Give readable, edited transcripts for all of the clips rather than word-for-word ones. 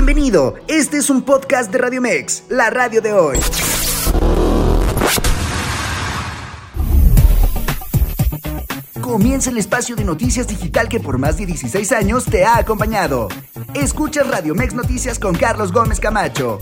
Bienvenido, este es un podcast de Radio Mex, la radio de hoy. Comienza el espacio de noticias digital que por más de 16 años te ha acompañado. Escucha Radio Mex Noticias con Carlos Gómez Camacho.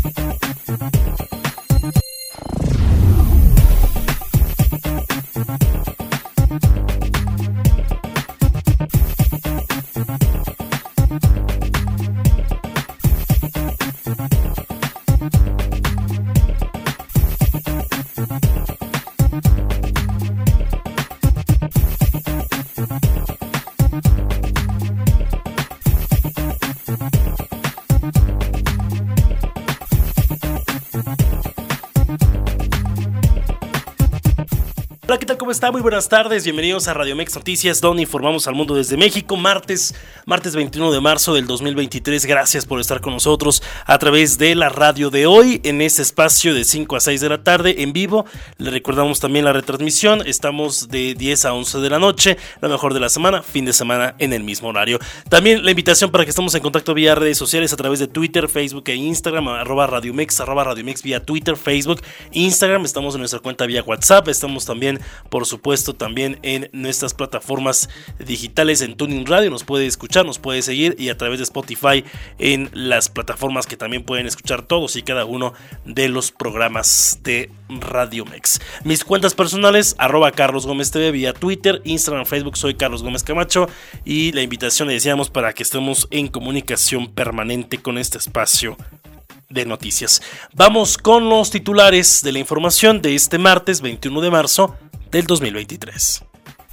Hola, ¿qué tal? ¿Cómo está? Muy buenas tardes, bienvenidos a Radio Mex Noticias, donde informamos al mundo desde México, martes 21 de marzo del 2023. Gracias por estar con nosotros a través de la radio de hoy, en este espacio de 5 a 6 de la tarde, en vivo. Le recordamos también la retransmisión, estamos de 10 a 11 de la noche, lo mejor de la semana, fin de semana en el mismo horario. También la invitación para que estemos en contacto vía redes sociales a través de Twitter, Facebook e Instagram, @Radio Mex vía Twitter, Facebook, Instagram. Estamos en nuestra cuenta vía WhatsApp, estamos también, por supuesto, también en nuestras plataformas digitales, en TuneIn Radio, nos puede escuchar, nos puede seguir, y a través de Spotify en las plataformas que también pueden escuchar todos y cada uno de los programas de Radio Mex. Mis cuentas personales, @Carlos Gómez TV vía Twitter, Instagram, Facebook, soy Carlos Gómez Camacho, y la invitación le decíamos para que estemos en comunicación permanente con este espacio de noticias. Vamos con los titulares de la información de este martes 21 de marzo del 2023.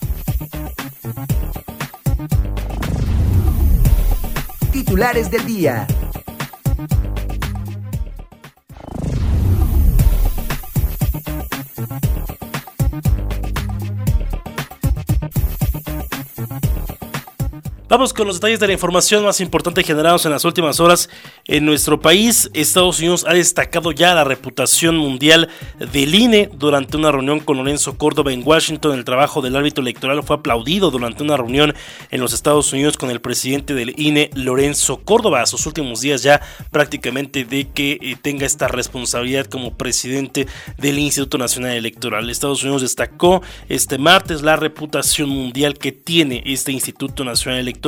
Titulares del día. Vamos con los detalles de la información más importante generados en las últimas horas en nuestro país. Estados Unidos ha destacado ya la reputación mundial del INE durante una reunión con Lorenzo Córdoba en Washington. El trabajo del árbitro electoral fue aplaudido durante una reunión en los Estados Unidos con el presidente del INE, Lorenzo Córdoba, a sus últimos días ya prácticamente de que tenga esta responsabilidad como presidente del Instituto Nacional Electoral. Estados Unidos destacó este martes la reputación mundial que tiene este Instituto Nacional Electoral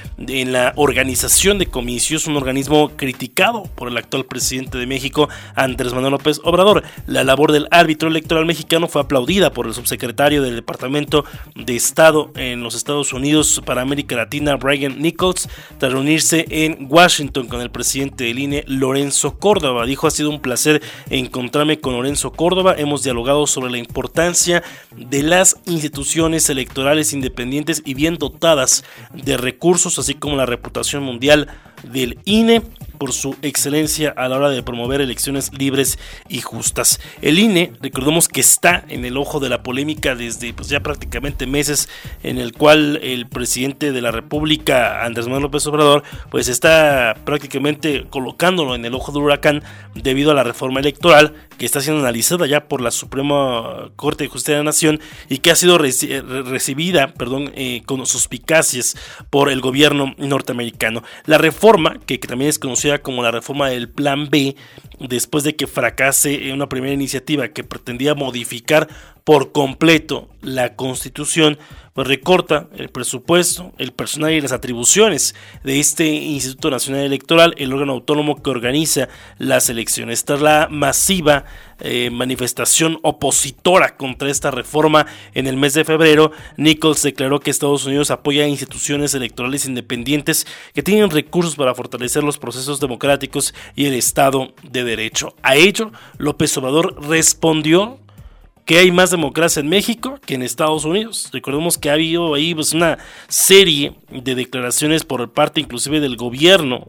en la organización de comicios, un organismo criticado por el actual presidente de México, Andrés Manuel López Obrador. La labor del árbitro electoral mexicano fue aplaudida por el subsecretario del Departamento de Estado en los Estados Unidos para América Latina, Brian Nichols, tras reunirse en Washington con el presidente del INE, Lorenzo Córdoba. Dijo: ha sido un placer encontrarme con Lorenzo Córdoba, hemos dialogado sobre la importancia de las instituciones electorales independientes y bien dotadas de recursos, así como la reputación mundial del INE por su excelencia a la hora de promover elecciones libres y justas. El INE, recordemos que está en el ojo de la polémica desde ya prácticamente meses, en el cual el presidente de la República, Andrés Manuel López Obrador, pues está prácticamente colocándolo en el ojo del huracán debido a la reforma electoral que está siendo analizada ya por la Suprema Corte de Justicia de la Nación y que ha sido recibida con suspicacias por el gobierno norteamericano. La reforma, que también es conocida como la reforma del Plan B, después de que fracase una primera iniciativa que pretendía modificar por completo la Constitución, pues recorta el presupuesto, el personal y las atribuciones de este Instituto Nacional Electoral, el órgano autónomo que organiza las elecciones. Tras la masiva manifestación opositora contra esta reforma en el mes de febrero, Nichols declaró que Estados Unidos apoya a instituciones electorales independientes que tienen recursos para fortalecer los procesos democráticos y el Estado de Derecho. A ello, López Obrador respondió que hay más democracia en México que en Estados Unidos. Recordemos que ha habido ahí una serie de declaraciones por parte inclusive del gobierno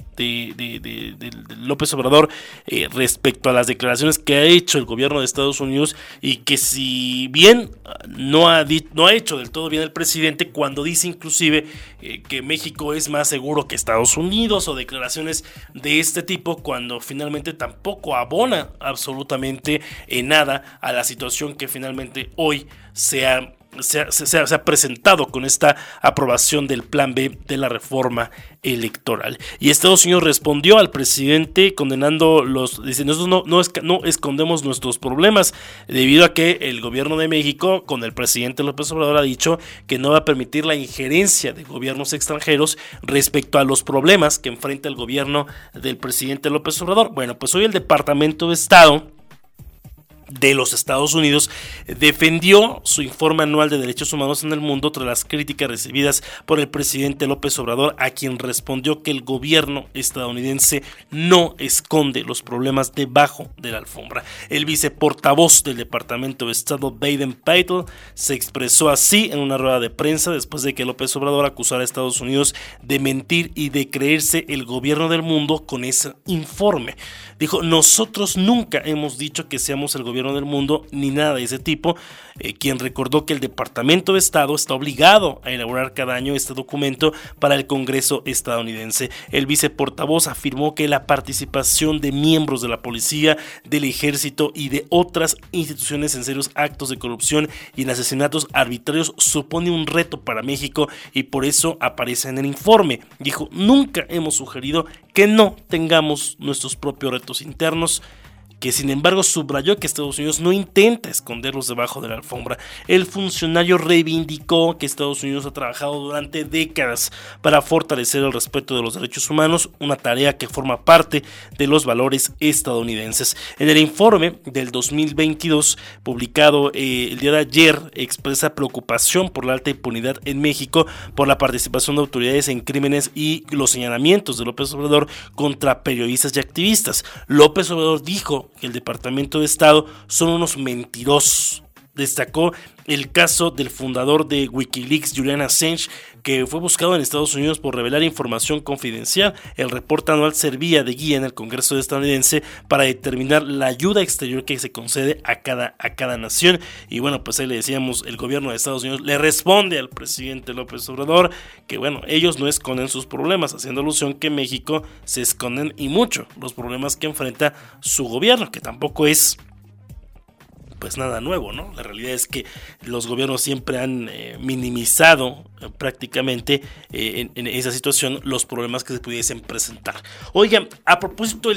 de López Obrador respecto a las declaraciones que ha hecho el gobierno de Estados Unidos, y que si bien no ha hecho del todo bien el presidente cuando dice inclusive que México es más seguro que Estados Unidos, o declaraciones de este tipo, cuando finalmente tampoco abona absolutamente en nada a la situación que finalmente hoy se ha se ha presentado con esta aprobación del plan B de la reforma electoral. Y Estados Unidos respondió al presidente condenando dice, nosotros no escondemos nuestros problemas, debido a que el gobierno de México con el presidente López Obrador ha dicho que no va a permitir la injerencia de gobiernos extranjeros respecto a los problemas que enfrenta el gobierno del presidente López Obrador. Bueno, pues hoy el Departamento de Estado de los Estados Unidos defendió su informe anual de derechos humanos en el mundo tras las críticas recibidas por el presidente López Obrador, a quien respondió que el gobierno estadounidense no esconde los problemas debajo de la alfombra. El viceportavoz del Departamento de Estado, Baden Patel, se expresó así en una rueda de prensa después de que López Obrador acusara a Estados Unidos de mentir y de creerse el gobierno del mundo con ese informe. Dijo: nosotros nunca hemos dicho que seamos el gobierno del mundo ni nada de ese tipo, quien recordó que el Departamento de Estado está obligado a elaborar cada año este documento para el Congreso estadounidense. El viceportavoz afirmó que la participación de miembros de la policía, del ejército y de otras instituciones en serios actos de corrupción y en asesinatos arbitrarios supone un reto para México y por eso aparece en el informe. Dijo: nunca hemos sugerido que no tengamos nuestros propios retos internos, que sin embargo subrayó que Estados Unidos no intenta esconderlos debajo de la alfombra. El funcionario reivindicó que Estados Unidos ha trabajado durante décadas para fortalecer el respeto de los derechos humanos, una tarea que forma parte de los valores estadounidenses. En el informe del 2022, publicado el día de ayer, expresa preocupación por la alta impunidad en México por la participación de autoridades en crímenes y los señalamientos de López Obrador contra periodistas y activistas. López Obrador dijo que el Departamento de Estado son unos mentirosos. Destacó el caso del fundador de Wikileaks, Julian Assange, que fue buscado en Estados Unidos por revelar información confidencial. El reporte anual servía de guía en el Congreso estadounidense para determinar la ayuda exterior que se concede a cada nación. Y bueno, pues ahí le decíamos, el gobierno de Estados Unidos le responde al presidente López Obrador que bueno, ellos no esconden sus problemas, haciendo alusión que México se esconden y mucho los problemas que enfrenta su gobierno, que tampoco es pues nada nuevo, ¿no? La realidad es que los gobiernos siempre han minimizado prácticamente en esa situación los problemas que se pudiesen presentar. Oigan, a propósito,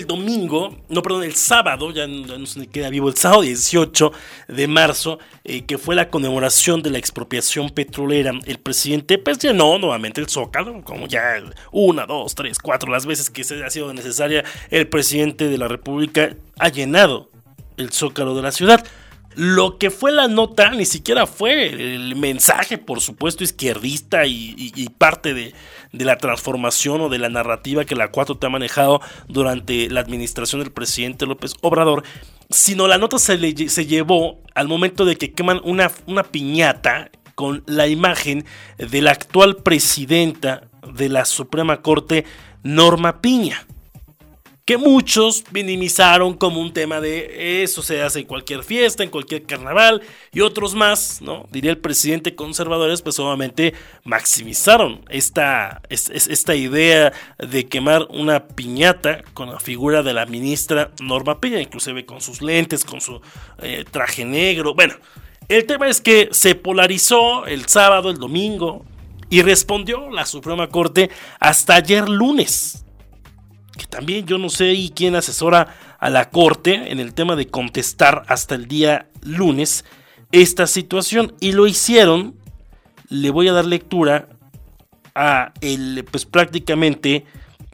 el sábado, ya no se me queda vivo, el sábado 18 de marzo, que fue la conmemoración de la expropiación petrolera, el presidente pues llenó nuevamente el Zócalo, como ya 1, 2, 3, 4 las veces que ha sido necesaria. El presidente de la República ha llenado el Zócalo de la ciudad. Lo que fue la nota ni siquiera fue el mensaje, por supuesto, izquierdista y parte de la transformación o de la narrativa que la 4T ha manejado durante la administración del presidente López Obrador, sino la nota se llevó al momento de que queman una piñata con la imagen de la actual presidenta de la Suprema Corte, Norma Piña, que muchos minimizaron como un tema de eso se hace en cualquier fiesta, en cualquier carnaval, y otros más, ¿no? Diría el presidente conservadores, pues obviamente maximizaron esta idea de quemar una piñata con la figura de la ministra Norma Piña, inclusive con sus lentes, con su traje negro. Bueno, el tema es que se polarizó el sábado, el domingo, y respondió la Suprema Corte hasta ayer lunes, que también yo no sé y quién asesora a la Corte en el tema de contestar hasta el día lunes esta situación, y lo hicieron. Le voy a dar lectura a el pues prácticamente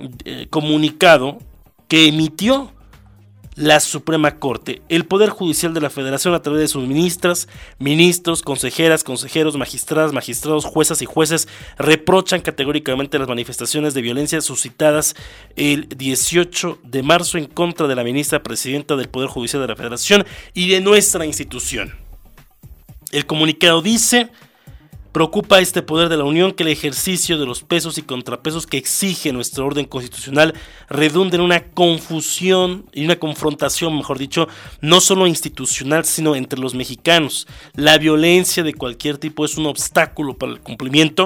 comunicado que emitió la Suprema Corte. El Poder Judicial de la Federación, a través de sus ministras, ministros, consejeras, consejeros, magistradas, magistrados, juezas y jueces, reprochan categóricamente las manifestaciones de violencia suscitadas el 18 de marzo en contra de la ministra presidenta del Poder Judicial de la Federación y de nuestra institución. El comunicado dice: preocupa a este poder de la Unión que el ejercicio de los pesos y contrapesos que exige nuestro orden constitucional redunde en una confusión y una confrontación, mejor dicho, no solo institucional, sino entre los mexicanos. La violencia de cualquier tipo es un obstáculo para el cumplimiento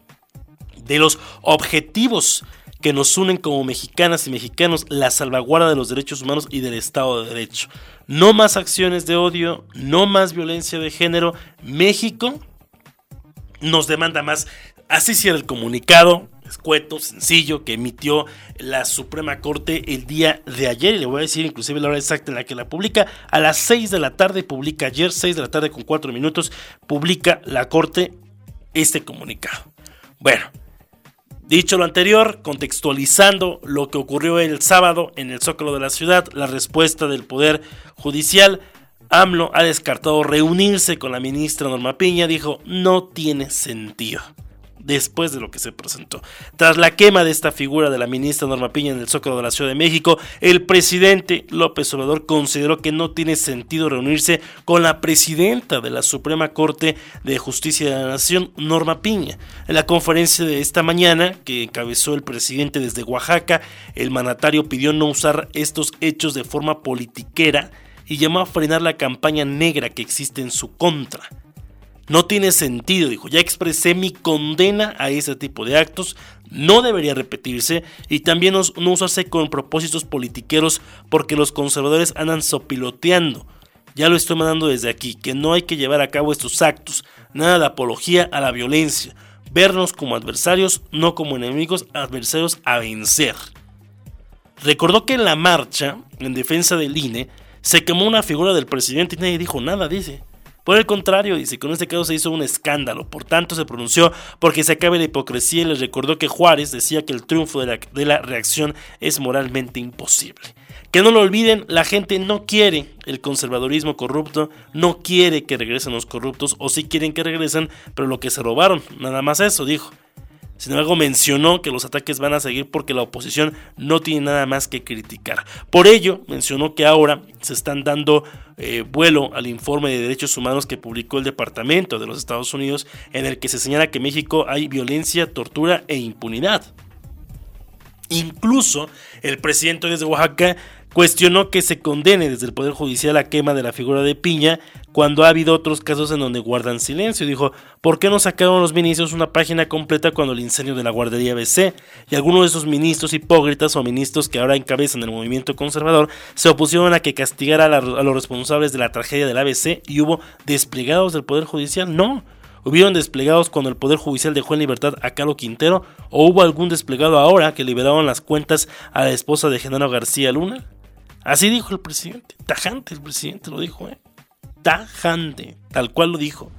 de los objetivos que nos unen como mexicanas y mexicanos, la salvaguarda de los derechos humanos y del Estado de Derecho. No más acciones de odio, no más violencia de género. México nos demanda más. Así cierra el comunicado escueto, sencillo, que emitió la Suprema Corte el día de ayer, y le voy a decir inclusive la hora exacta en la que la publica. A las 6 de la tarde publica ayer, 6 de la tarde con 4 minutos, publica la Corte este comunicado. Bueno, dicho lo anterior, contextualizando lo que ocurrió el sábado en el Zócalo de la ciudad, la respuesta del Poder Judicial, AMLO ha descartado reunirse con la ministra Norma Piña, dijo, no tiene sentido. Después de lo que se presentó. Tras la quema de esta figura de la ministra Norma Piña en el Zócalo de la Ciudad de México, el presidente López Obrador consideró que no tiene sentido reunirse con la presidenta de la Suprema Corte de Justicia de la Nación, Norma Piña. En la conferencia de esta mañana, que encabezó el presidente desde Oaxaca, el mandatario pidió no usar estos hechos de forma politiquera y llamó a frenar la campaña negra que existe en su contra. No tiene sentido, dijo, ya expresé mi condena a ese tipo de actos, no debería repetirse y también no usarse con propósitos politiqueros porque los conservadores andan sopiloteando. Ya lo estoy mandando desde aquí, que no hay que llevar a cabo estos actos, nada de apología a la violencia, vernos como adversarios, no como enemigos, adversarios a vencer. Recordó que en la marcha, en defensa del INE, se quemó una figura del presidente y nadie dijo nada, dice. Por el contrario, dice, con este caso se hizo un escándalo, por tanto se pronunció porque se acabe la hipocresía y les recordó que Juárez decía que el triunfo de la reacción es moralmente imposible. Que no lo olviden, la gente no quiere el conservadurismo corrupto, no quiere que regresen los corruptos, o sí quieren que regresen, pero lo que se robaron, nada más eso, dijo. Sin embargo, mencionó que los ataques van a seguir porque la oposición no tiene nada más que criticar. Por ello, mencionó que ahora se están dando vuelo al informe de derechos humanos que publicó el Departamento de los Estados Unidos, en el que se señala que en México hay violencia, tortura e impunidad. Incluso el presidente desde Oaxaca cuestionó que se condene desde el Poder Judicial la quema de la figura de Piña cuando ha habido otros casos en donde guardan silencio. Dijo, ¿por qué no sacaron los ministros una página completa cuando el incendio de la guardería ABC? Y algunos de esos ministros hipócritas o ministros que ahora encabezan el movimiento conservador se opusieron a que castigara a los responsables de la tragedia del ABC y hubo desplegados del Poder Judicial. No. ¿Hubieron desplegados cuando el Poder Judicial dejó en libertad a Caro Quintero? ¿O hubo algún desplegado ahora que liberaron las cuentas a la esposa de Genaro García Luna? Así dijo el presidente, tajante el presidente lo dijo, tajante, tal cual lo dijo.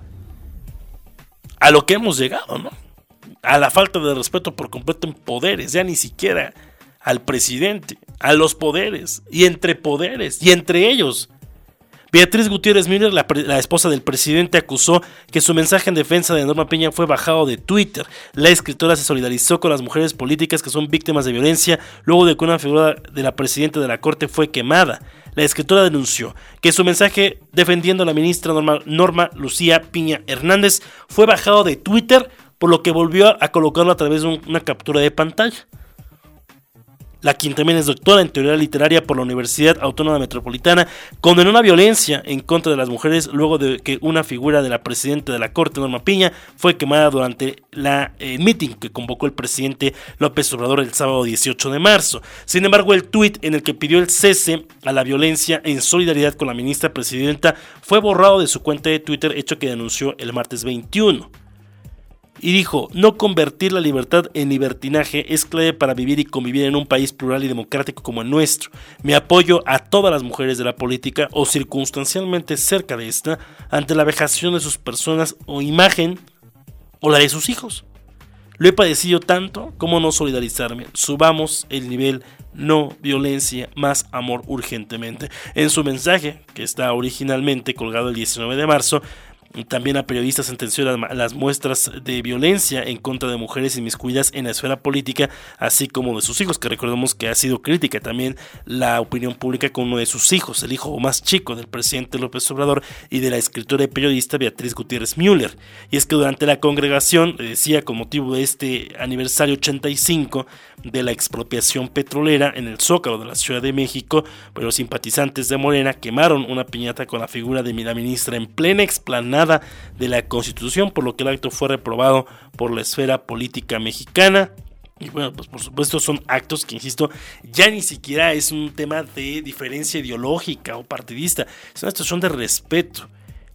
A lo que hemos llegado, ¿no? A la falta de respeto por completo en poderes, ya ni siquiera al presidente, a los poderes y entre ellos. Beatriz Gutiérrez Müller, la esposa del presidente, acusó que su mensaje en defensa de Norma Piña fue bajado de Twitter. La escritora se solidarizó con las mujeres políticas que son víctimas de violencia luego de que una figura de la presidenta de la Corte fue quemada. La escritora denunció que su mensaje defendiendo a la ministra Norma Lucía Piña Hernández fue bajado de Twitter, por lo que volvió a colocarlo a través de una captura de pantalla. La quien también es doctora en teoría literaria por la Universidad Autónoma Metropolitana, condenó la violencia en contra de las mujeres luego de que una figura de la presidenta de la Corte, Norma Piña, fue quemada durante el meeting que convocó el presidente López Obrador el sábado 18 de marzo. Sin embargo, el tuit en el que pidió el cese a la violencia en solidaridad con la ministra presidenta fue borrado de su cuenta de Twitter, hecho que denunció el martes 21. Y dijo, no convertir la libertad en libertinaje es clave para vivir y convivir en un país plural y democrático como el nuestro. Mi apoyo a todas las mujeres de la política o circunstancialmente cerca de esta ante la vejación de sus personas o imagen o la de sus hijos. Lo he padecido tanto como no solidarizarme. Subamos el nivel, no violencia, más amor urgentemente. En su mensaje, que está originalmente colgado el 19 de marzo, también la periodista sentenció las muestras de violencia en contra de mujeres inmiscuidas en la esfera política, así como de sus hijos, que recordemos que ha sido crítica también la opinión pública con uno de sus hijos, el hijo más chico del presidente López Obrador y de la escritora y periodista Beatriz Gutiérrez Müller. Y es que durante la congregación, decía, con motivo de este aniversario 85 de la expropiación petrolera en el Zócalo de la Ciudad de México, pues los simpatizantes de Morena quemaron una piñata con la figura de la ministra en plena explanada de la Constitución, por lo que el acto fue reprobado por la esfera política mexicana. Y bueno, pues por supuesto son actos que, insisto, ya ni siquiera es un tema de diferencia ideológica o partidista, es una situación de respeto.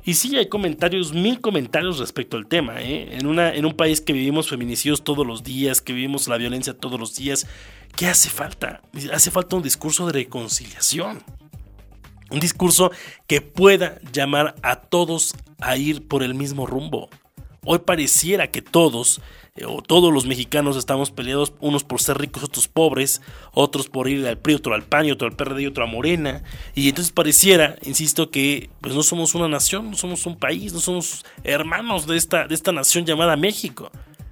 Y sí, hay comentarios, 1000 comentarios respecto al tema, ¿eh? En un país que vivimos feminicidios todos los días, que vivimos la violencia todos los días, ¿qué hace falta? Hace falta un discurso de reconciliación. Un discurso que pueda llamar a todos a ir por el mismo rumbo. Hoy pareciera que todos los mexicanos estamos peleados, unos por ser ricos, otros pobres, otros por ir al PRI, otro al PAN, otro al PRD y otro a Morena. Y entonces pareciera, insisto, que pues no somos una nación, no somos un país, no somos hermanos de esta nación llamada México.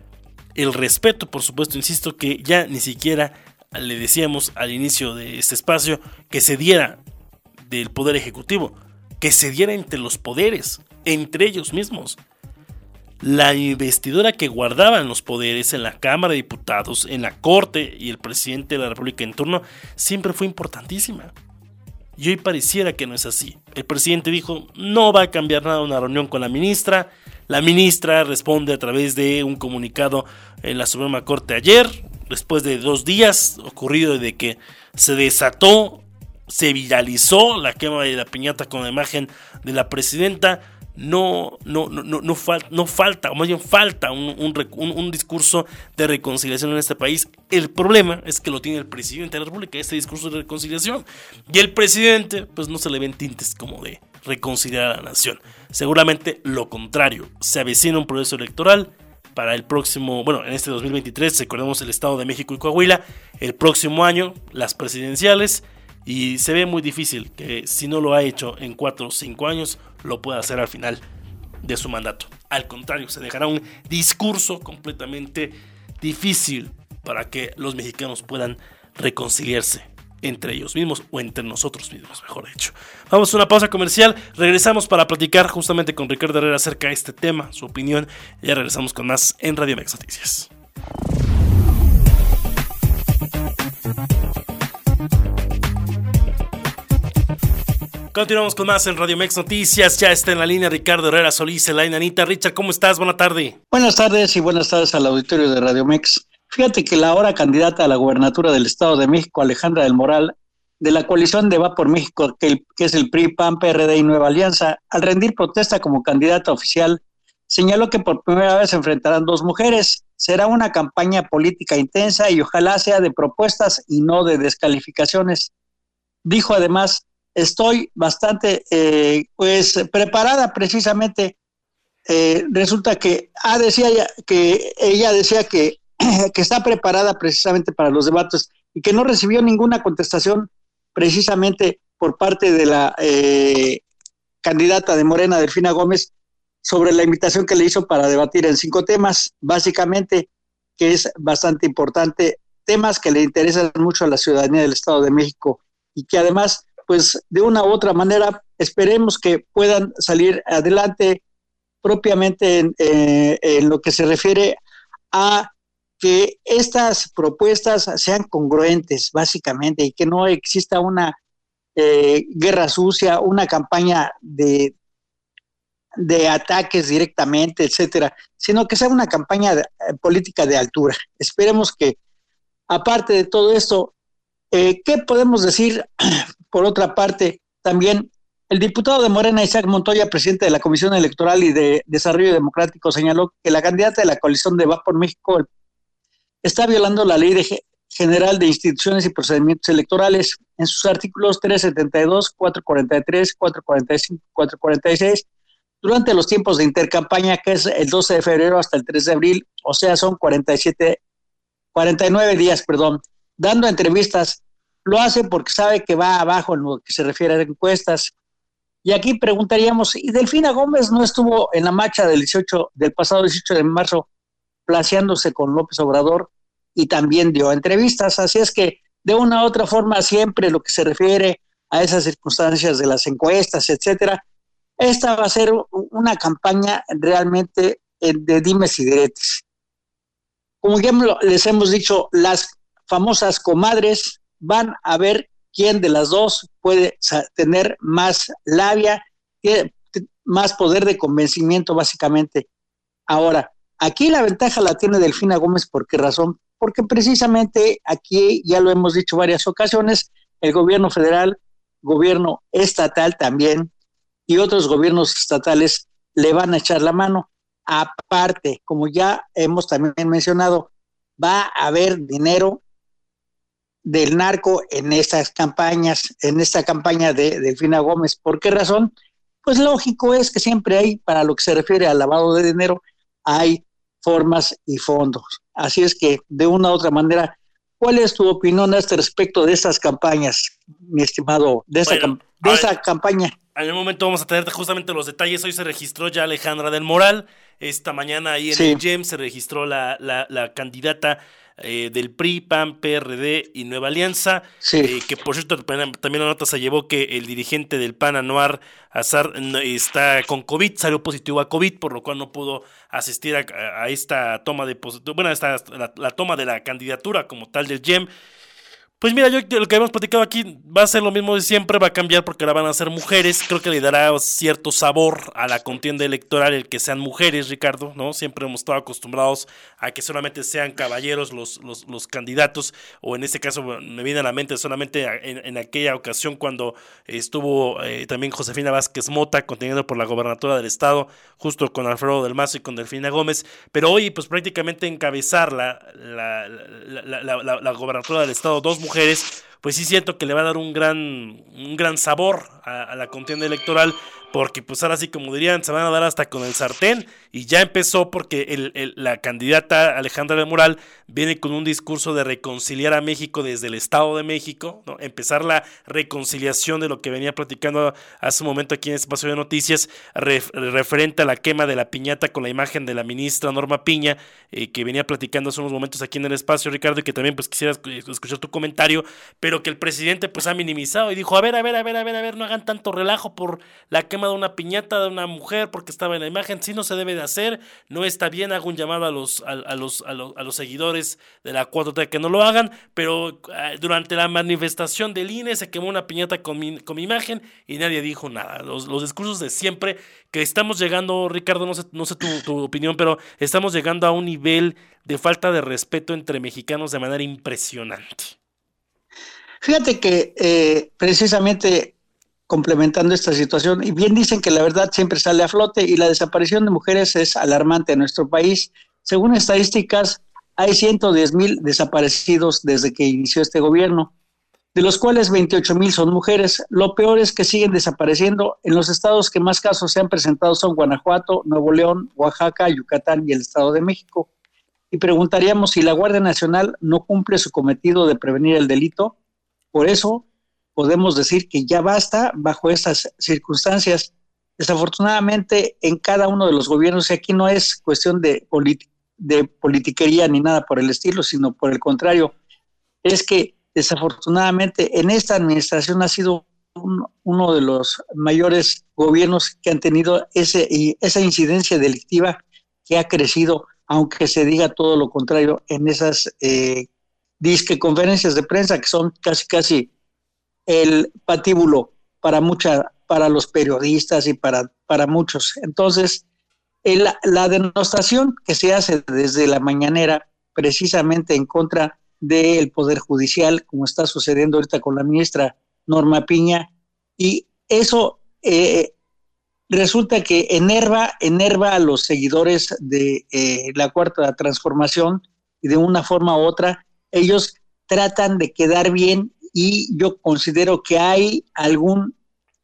El respeto, por supuesto, insisto, que ya ni siquiera le decíamos al inicio de este espacio que se diera del poder ejecutivo, que se diera entre los poderes, entre ellos mismos. La investidura que guardaban los poderes en la Cámara de Diputados, en la Corte y el presidente de la República en turno siempre fue importantísima. Y hoy pareciera que no es así. El presidente dijo, no va a cambiar nada una reunión con la ministra. La ministra responde a través de un comunicado en la Suprema Corte ayer, después de 2 días ocurrido de que se desató, se viralizó la quema de la piñata con la imagen de la presidenta. No falta, o más bien falta un discurso de reconciliación en este país. El problema es que lo tiene el presidente de la República, este discurso de reconciliación. Y el presidente, pues no se le ven tintes como de reconciliar a la nación. Seguramente lo contrario. Se avecina un proceso electoral para el próximo, en este 2023, recordemos el Estado de México y Coahuila. El próximo año, las presidenciales. Y se ve muy difícil que si no lo ha hecho en 4 o 5 años, lo pueda hacer al final de su mandato. Al contrario, se dejará un discurso completamente difícil para que los mexicanos puedan reconciliarse entre ellos mismos o entre nosotros mismos, mejor dicho. Vamos a una pausa comercial, regresamos para platicar justamente con Ricardo Herrera acerca de este tema, su opinión, y ya regresamos con más en Radio Mex Noticias. Continuamos con más en Radio Mex Noticias. Ya está en la línea Ricardo Herrera Solís, en la Anita. Richard, ¿cómo estás? Buena tarde. Buenas tardes y buenas tardes al auditorio de Radio Mex. Fíjate que la ahora candidata a la gubernatura del Estado de México, Alejandra del Moral, de la coalición de Va por México, que es el PRI, PAN, PRD y Nueva Alianza, al rendir protesta como candidata oficial, señaló que por primera vez se enfrentarán 2 mujeres. Será una campaña política intensa y ojalá sea de propuestas y no de descalificaciones. Dijo además: estoy bastante preparada precisamente. Resulta que ella decía que está preparada precisamente para los debates y que no recibió ninguna contestación precisamente por parte de la candidata de Morena, Delfina Gómez, sobre la invitación que le hizo para debatir en 5 temas, básicamente, que es bastante importante, temas que le interesan mucho a la ciudadanía del Estado de México y que además, pues de una u otra manera, esperemos que puedan salir adelante propiamente en lo que se refiere a que estas propuestas sean congruentes, básicamente, y que no exista una guerra sucia, una campaña de ataques directamente, etcétera, sino que sea una campaña política de altura. Esperemos que, aparte de todo esto, ¿qué podemos decir? Por otra parte, también el diputado de Morena, Isaac Montoya, presidente de la Comisión Electoral y de Desarrollo Democrático, señaló que la candidata de la coalición de Va por México está violando la Ley General de Instituciones y Procedimientos Electorales en sus artículos 372, 443, 445, 446, durante los tiempos de intercampaña, que es el 12 de febrero hasta el 3 de abril, o sea, son 49 días, dando entrevistas. Lo hace porque sabe que va abajo en lo que se refiere a encuestas. Y aquí preguntaríamos, ¿y Delfina Gómez no estuvo en la marcha del pasado 18 de marzo placeándose con López Obrador y también dio entrevistas? Así es que, de una u otra forma, siempre lo que se refiere a esas circunstancias de las encuestas, etcétera, esta va a ser una campaña realmente de dimes y diretes. Como ya les hemos dicho, las famosas comadres van a ver quién de las dos puede tener más labia, más poder de convencimiento, básicamente. Ahora, aquí la ventaja la tiene Delfina Gómez. ¿Por qué razón? Porque precisamente aquí, ya lo hemos dicho varias ocasiones, el gobierno federal, gobierno estatal también, y otros gobiernos estatales le van a echar la mano. Aparte, como ya hemos también mencionado, va a haber dinero del narco en estas campañas, en esta campaña de Delfina Gómez. ¿Por qué razón? Pues lógico es que siempre hay, para lo que se refiere al lavado de dinero, hay formas y fondos. Así es que, de una u otra manera, ¿cuál es tu opinión a este respecto de estas campañas, mi estimado, de esta campaña? En el momento vamos a tener justamente los detalles. Hoy se registró ya Alejandra del Moral. Esta mañana ahí en el GEM se registró la candidata del PRI, PAN, PRD y Nueva Alianza, que por cierto también la nota se llevó que el dirigente del PAN, Anwar Azar, está con COVID, salió positivo a COVID, por lo cual no pudo asistir a esta toma de la toma de la candidatura como tal del GEM. Pues mira, yo lo que hemos platicado aquí va a ser lo mismo de siempre, va a cambiar porque ahora van a ser mujeres. Creo que le dará cierto sabor a la contienda electoral el que sean mujeres, Ricardo, ¿no? Siempre hemos estado acostumbrados a que solamente sean caballeros los candidatos, o en este caso me viene a la mente solamente en aquella ocasión cuando estuvo también Josefina Vázquez Mota, contendiendo por la gobernatura del estado, justo con Alfredo del Mazo y con Delfina Gómez, pero hoy pues prácticamente encabezar la gobernatura del estado, dos mujeres, pues sí siento que le va a dar un gran sabor a la contienda electoral, porque pues ahora sí, como dirían, se van a dar hasta con el sartén, y ya empezó porque la candidata Alejandra del Moral viene con un discurso de reconciliar a México desde el Estado de México, ¿no? Empezar la reconciliación de lo que venía platicando hace un momento aquí en este espacio de noticias, referente a la quema de la piñata con la imagen de la ministra Norma Piña, que venía platicando hace unos momentos aquí en el espacio, Ricardo, y que también pues quisiera escuchar tu comentario, pero que el presidente pues ha minimizado y dijo, a ver, no hagan tanto relajo por la quema de una piñata de una mujer porque estaba en la imagen, sí, no se debe de hacer, no está bien. Hago un llamado a los seguidores de la 4T que no lo hagan, pero durante la manifestación del INE se quemó una piñata con mi imagen y nadie dijo nada. Los discursos de siempre, que estamos llegando, Ricardo, no sé tu opinión, pero estamos llegando a un nivel de falta de respeto entre mexicanos de manera impresionante. Fíjate que precisamente complementando esta situación, y bien dicen que la verdad siempre sale a flote, y la desaparición de mujeres es alarmante en nuestro país. Según estadísticas, hay 110,000 desaparecidos desde que inició este gobierno, de los cuales 28,000 son mujeres. Lo peor es que siguen desapareciendo. En los estados que más casos se han presentado son Guanajuato, Nuevo León, Oaxaca, Yucatán y el Estado de México. Y preguntaríamos si la Guardia Nacional no cumple su cometido de prevenir el delito. Por eso podemos decir que ya basta bajo estas circunstancias. Desafortunadamente, en cada uno de los gobiernos, y aquí no es cuestión de politiquería ni nada por el estilo, sino por el contrario, es que desafortunadamente en esta administración ha sido uno de los mayores gobiernos que han tenido esa incidencia delictiva que ha crecido, aunque se diga todo lo contrario en esas disque conferencias de prensa que son casi el patíbulo para los periodistas y para muchos. Entonces, la denostación que se hace desde la mañanera precisamente en contra del Poder Judicial, como está sucediendo ahorita con la ministra Norma Piña, y eso resulta que enerva a los seguidores de la Cuarta Transformación, y de una forma u otra ellos tratan de quedar bien, y yo considero que hay algún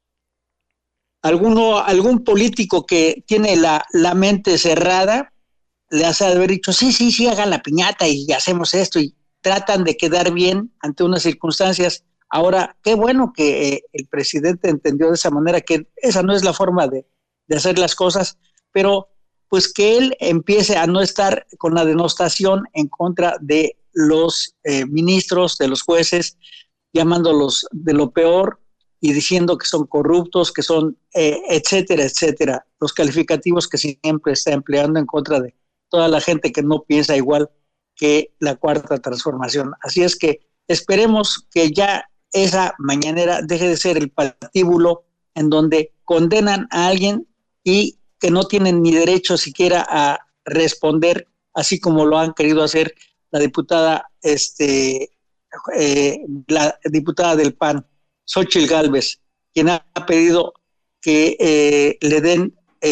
político que tiene la mente cerrada, le hace haber dicho, sí, hagan la piñata y hacemos esto, y tratan de quedar bien ante unas circunstancias. Ahora, qué bueno que el presidente entendió de esa manera que esa no es la forma de hacer las cosas, pero pues que él empiece a no estar con la denostación en contra de los ministros, de los jueces, llamándolos de lo peor y diciendo que son corruptos, que son etcétera, los calificativos que siempre está empleando en contra de toda la gente que no piensa igual que la Cuarta Transformación. Así es que esperemos que ya esa mañanera deje de ser el patíbulo en donde condenan a alguien y que no tienen ni derecho siquiera a responder, así como lo han querido hacer la diputada del PAN, Xóchitl Gálvez, quien ha pedido que le den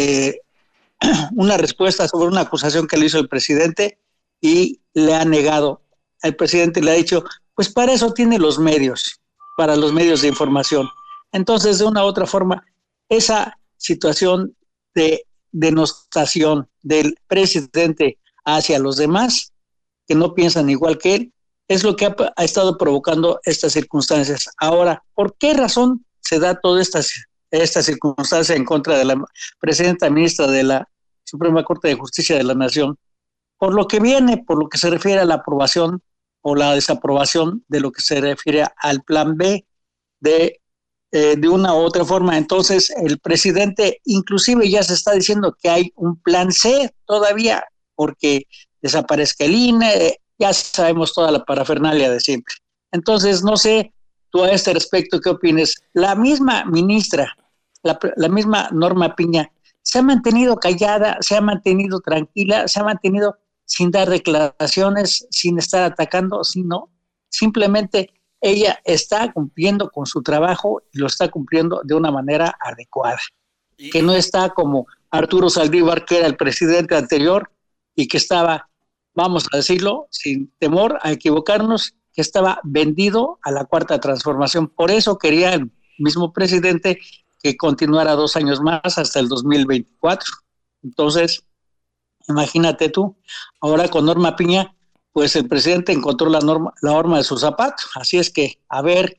una respuesta sobre una acusación que le hizo el presidente y le ha negado. El presidente le ha dicho, pues para eso tiene los medios, para los medios de información. Entonces, de una u otra forma, esa situación de denostación del presidente hacia los demás, que no piensan igual que él, es lo que ha estado provocando estas circunstancias. Ahora, ¿por qué razón se da toda esta circunstancia en contra de la presidenta ministra de la Suprema Corte de Justicia de la Nación? Por lo que viene, por lo que se refiere a la aprobación o la desaprobación de lo que se refiere al plan B de una u otra forma. Entonces, el presidente inclusive ya se está diciendo que hay un plan C todavía, porque desaparezca el INE, ya sabemos toda la parafernalia de siempre. Entonces, no sé tú a este respecto qué opines. La misma ministra, la misma Norma Piña, se ha mantenido callada, se ha mantenido tranquila, se ha mantenido sin dar declaraciones, sin estar atacando, sino simplemente ella está cumpliendo con su trabajo y lo está cumpliendo de una manera adecuada. Que no está como Arturo Saldívar, que era el presidente anterior y que estaba, vamos a decirlo, sin temor a equivocarnos, que estaba vendido a la Cuarta Transformación. Por eso quería el mismo presidente que continuara 2 años más hasta el 2024. Entonces, imagínate tú, ahora con Norma Piña, pues el presidente encontró la horma de su zapato. Así es que, a ver,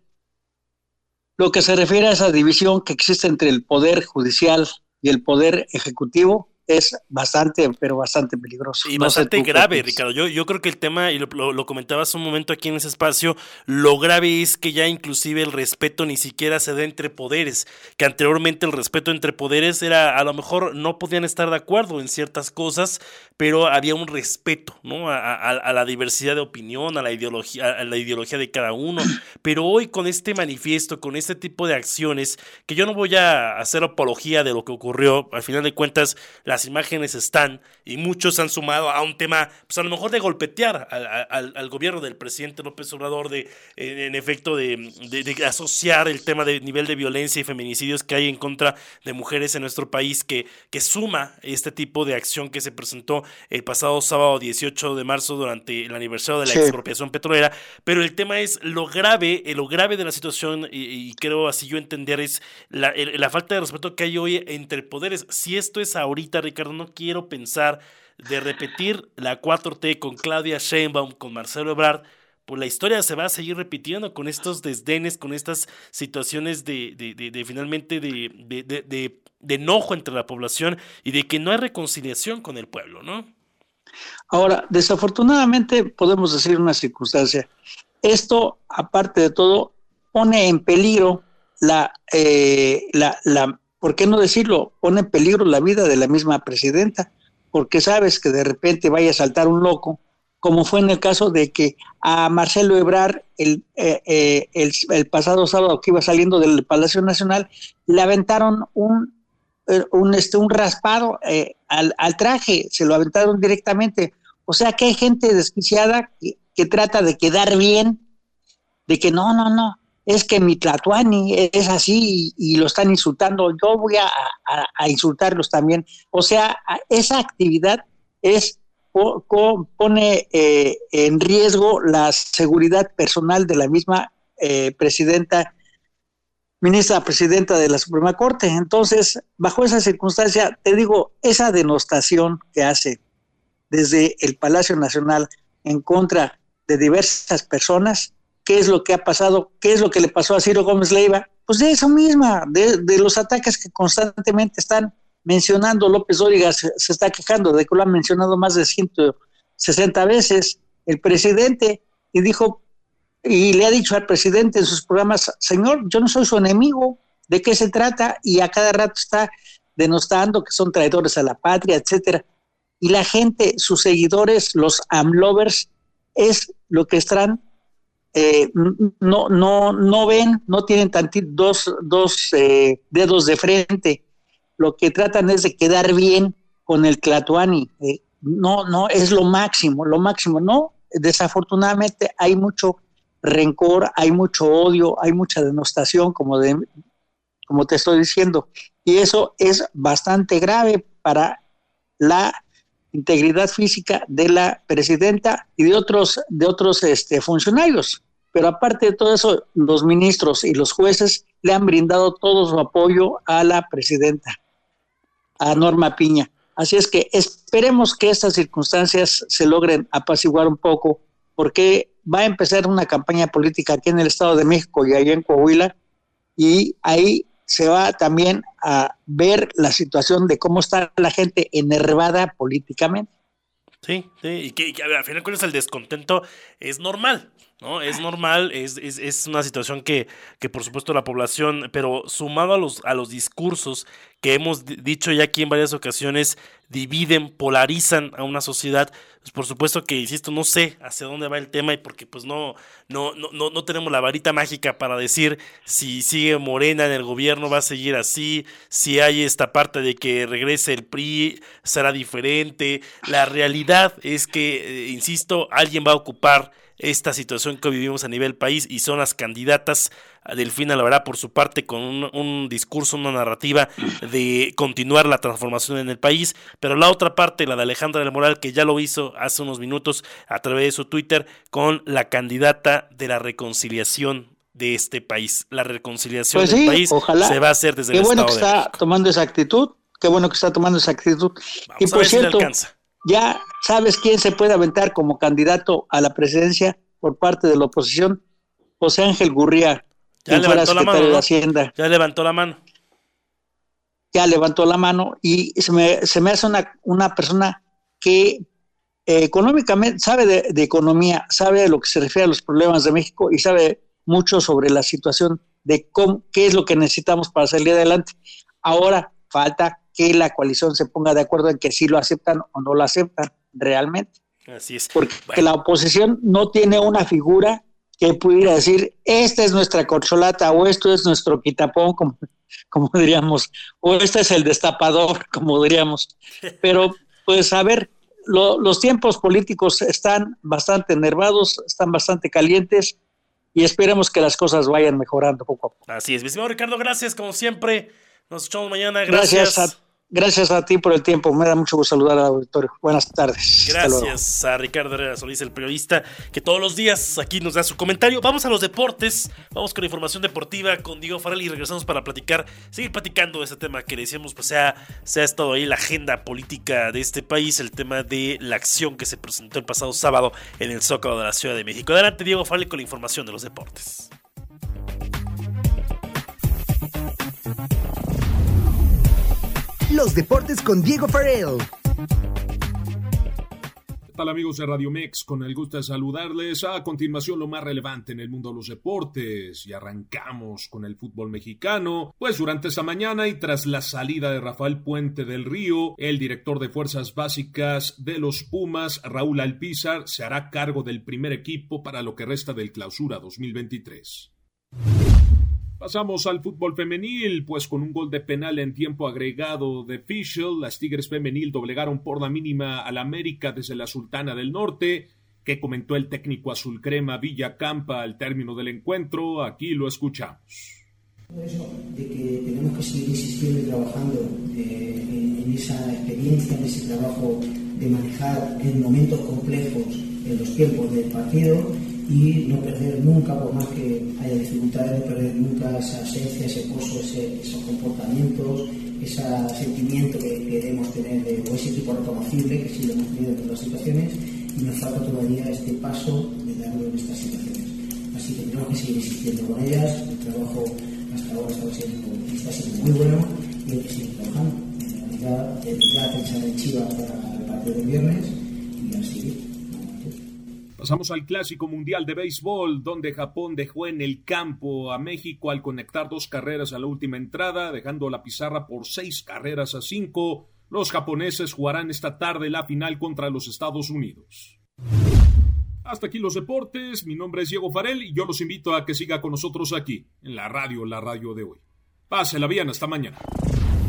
lo que se refiere a esa división que existe entre el Poder Judicial y el Poder Ejecutivo, es bastante, pero bastante peligroso. Y bastante grave, Ricardo. Yo creo que el tema, y lo comentabas un momento aquí en ese espacio, lo grave es que ya inclusive el respeto ni siquiera se da entre poderes, que anteriormente el respeto entre poderes era, a lo mejor no podían estar de acuerdo en ciertas cosas, pero había un respeto, ¿no? A la diversidad de opinión, a la ideología de cada uno. Pero hoy con este manifiesto, con este tipo de acciones, que yo no voy a hacer apología de lo que ocurrió, al final de cuentas, las imágenes están y muchos han sumado a un tema, pues a lo mejor de golpetear al gobierno del presidente López Obrador, en efecto de asociar el tema del nivel de violencia y feminicidios que hay en contra de mujeres en nuestro país, que suma este tipo de acción que se presentó el pasado sábado 18 de marzo durante el aniversario de la expropiación petrolera. Pero el tema es lo grave de la situación, y creo así yo entender, es la falta de respeto que hay hoy entre poderes. Si esto es ahorita, Ricardo, no quiero pensar de repetir la 4T con Claudia Sheinbaum, con Marcelo Ebrard, pues la historia se va a seguir repitiendo con estos desdenes, con estas situaciones de finalmente de enojo entre la población y de que no hay reconciliación con el pueblo, ¿no? Ahora, desafortunadamente podemos decir una circunstancia. Esto, aparte de todo, pone en peligro ¿por qué no decirlo? Pone en peligro la vida de la misma presidenta, porque sabes que de repente vaya a saltar un loco, como fue en el caso de que a Marcelo Ebrard el pasado sábado que iba saliendo del Palacio Nacional, le aventaron un raspado al traje, se lo aventaron directamente. O sea que hay gente desquiciada que trata de quedar bien, de que no, es que mi Tlatuani es así y lo están insultando, yo voy a insultarlos también. O sea, esa actividad pone en riesgo la seguridad personal de la misma ministra presidenta de la Suprema Corte. Entonces, bajo esa circunstancia, te digo, esa denostación que hace desde el Palacio Nacional en contra de diversas personas, ¿qué es lo que ha pasado? ¿Qué es lo que le pasó a Ciro Gómez Leiva? Pues de eso misma, de los ataques que constantemente están mencionando. López Dóriga se está quejando de que lo han mencionado más de 160 veces el presidente, y dijo, y le ha dicho al presidente en sus programas, señor, yo no soy su enemigo, ¿de qué se trata? Y a cada rato está denostando que son traidores a la patria, etcétera. Y la gente, sus seguidores, los AMLovers, es lo que están no ven, no tienen dos dedos de frente. Lo que tratan es de quedar bien con el Tlatuani. No es lo máximo, no. Desafortunadamente hay mucho rencor, hay mucho odio, hay mucha denostación, como como te estoy diciendo, y eso es bastante grave para la integridad física de la presidenta y de otros funcionarios. Pero aparte de todo eso, los ministros y los jueces le han brindado todo su apoyo a la presidenta, a Norma Piña. Así es que esperemos que estas circunstancias se logren apaciguar un poco, porque va a empezar una campaña política aquí en el Estado de México y allá en Coahuila, y ahí se va también a ver la situación de cómo está la gente enervada políticamente. Sí, y que a ver, al final de cuentas el descontento es normal, ¿no? Es normal, es una situación que por supuesto la población, pero sumado a los discursos que hemos dicho ya aquí en varias ocasiones, dividen, polarizan a una sociedad, pues por supuesto que, insisto, no sé hacia dónde va el tema, y porque pues no tenemos la varita mágica para decir si sigue Morena en el gobierno va a seguir así, si hay esta parte de que regrese el PRI será diferente. La realidad es que, insisto, alguien va a ocupar esta situación que vivimos a nivel país, y son las candidatas. Delfina Lorá, por su parte, con un discurso, una narrativa de continuar la transformación en el país, pero la otra parte, la de Alejandra del Moral, que ya lo hizo hace unos minutos a través de su Twitter, con la candidata de la reconciliación de este país. La reconciliación pues del sí, país ojalá. Se va a hacer desde el Estado de México. Qué bueno que está tomando esa actitud, Vamos y a por ver si le cierto, alcanza. ¿ya sabes quién se puede aventar como candidato a la presidencia por parte de la oposición? José Ángel Gurría, Ya levantó la mano, de ¿no? Hacienda. Ya levantó la mano. Ya levantó la mano y se me hace una persona que económicamente sabe de economía, sabe de lo que se refiere a los problemas de México y sabe mucho sobre la situación de qué es lo que necesitamos para salir adelante. Ahora falta que la coalición se ponga de acuerdo en que sí lo aceptan o no lo aceptan realmente. Así es. Porque la oposición no tiene una figura que pudiera decir, esta es nuestra corcholata, o esto es nuestro quitapón, como diríamos, o este es el destapador, como diríamos. Pero, pues, a ver, los tiempos políticos están bastante enervados, están bastante calientes, y esperemos que las cosas vayan mejorando poco a poco. Así es, mi estimado Ricardo, gracias, como siempre. Nos escuchamos mañana, Gracias a ti por el tiempo, me da mucho gusto saludar al auditorio. Buenas tardes. Gracias a Ricardo Herrera Solís, el periodista que todos los días aquí nos da su comentario. Vamos a los deportes, vamos con la información deportiva con Diego Farrell y regresamos para seguir platicando de este tema que decíamos, pues se ha estado ahí la agenda política de este país, el tema de la acción que se presentó el pasado sábado en el Zócalo de la Ciudad de México. Adelante, Diego Farrell, con la información de los deportes. Los deportes con Diego Farrell. ¿Qué tal, amigos de Radio Mex? Con el gusto de saludarles. A continuación, lo más relevante en el mundo de los deportes. Y arrancamos con el fútbol mexicano. Pues durante esta mañana y tras la salida de Rafael Puente del Río, el director de Fuerzas Básicas de los Pumas, Raúl Alpizar, se hará cargo del primer equipo para lo que resta del Clausura 2023. Pasamos al fútbol femenil, pues con un gol de penal en tiempo agregado de Fischl, las Tigres femenil doblegaron por la mínima al América desde la Sultana del Norte. ¿Qué comentó el técnico azul crema Villacampa al término del encuentro? Aquí lo escuchamos. Eso, de que tenemos que seguir insistiendo y trabajando en esa experiencia, en ese trabajo de manejar en momentos complejos en los tiempos del partido, y no perder nunca, por más que haya dificultades, no perder nunca esa esencia, ese pozo, esos comportamientos, ese sentimiento que queremos tener, o ese tipo reconocible que sí lo hemos tenido en todas las situaciones, y nos falta todavía este paso de darlo en estas situaciones. Así que tenemos que seguir insistiendo con ellas. El trabajo hasta ahora está siendo muy bueno y hay que seguir trabajando. En realidad, ya pensar en Chivas para el partido del viernes y a seguir. Pasamos al Clásico Mundial de Béisbol, donde Japón dejó en el campo a México al conectar 2 carreras a la última entrada, dejando la pizarra por 6-5. Los japoneses jugarán esta tarde la final contra los Estados Unidos. Hasta aquí los deportes. Mi nombre es Diego Farrell y yo los invito a que siga con nosotros aquí, en la radio de hoy. Pásela bien, hasta mañana.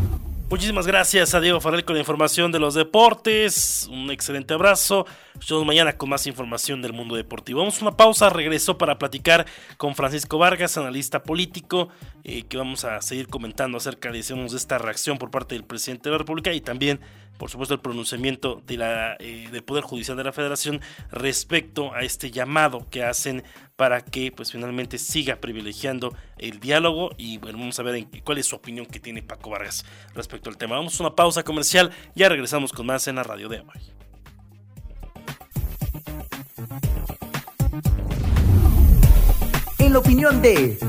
Muchísimas gracias a Diego Farrell con la información de los deportes. Un excelente abrazo. Nos vemos mañana con más información del mundo deportivo. Vamos a una pausa, regreso para platicar con Francisco Vargas, analista político, que vamos a seguir comentando acerca de esta reacción por parte del presidente de la República y también, por supuesto, el pronunciamiento del Poder Judicial de la Federación respecto a este llamado que hacen para que pues finalmente siga privilegiando el diálogo. Y bueno, vamos a ver cuál es su opinión que tiene Paco Vargas respecto al tema. Vamos a una pausa comercial, ya regresamos con más en la radio de hoy. En la opinión de...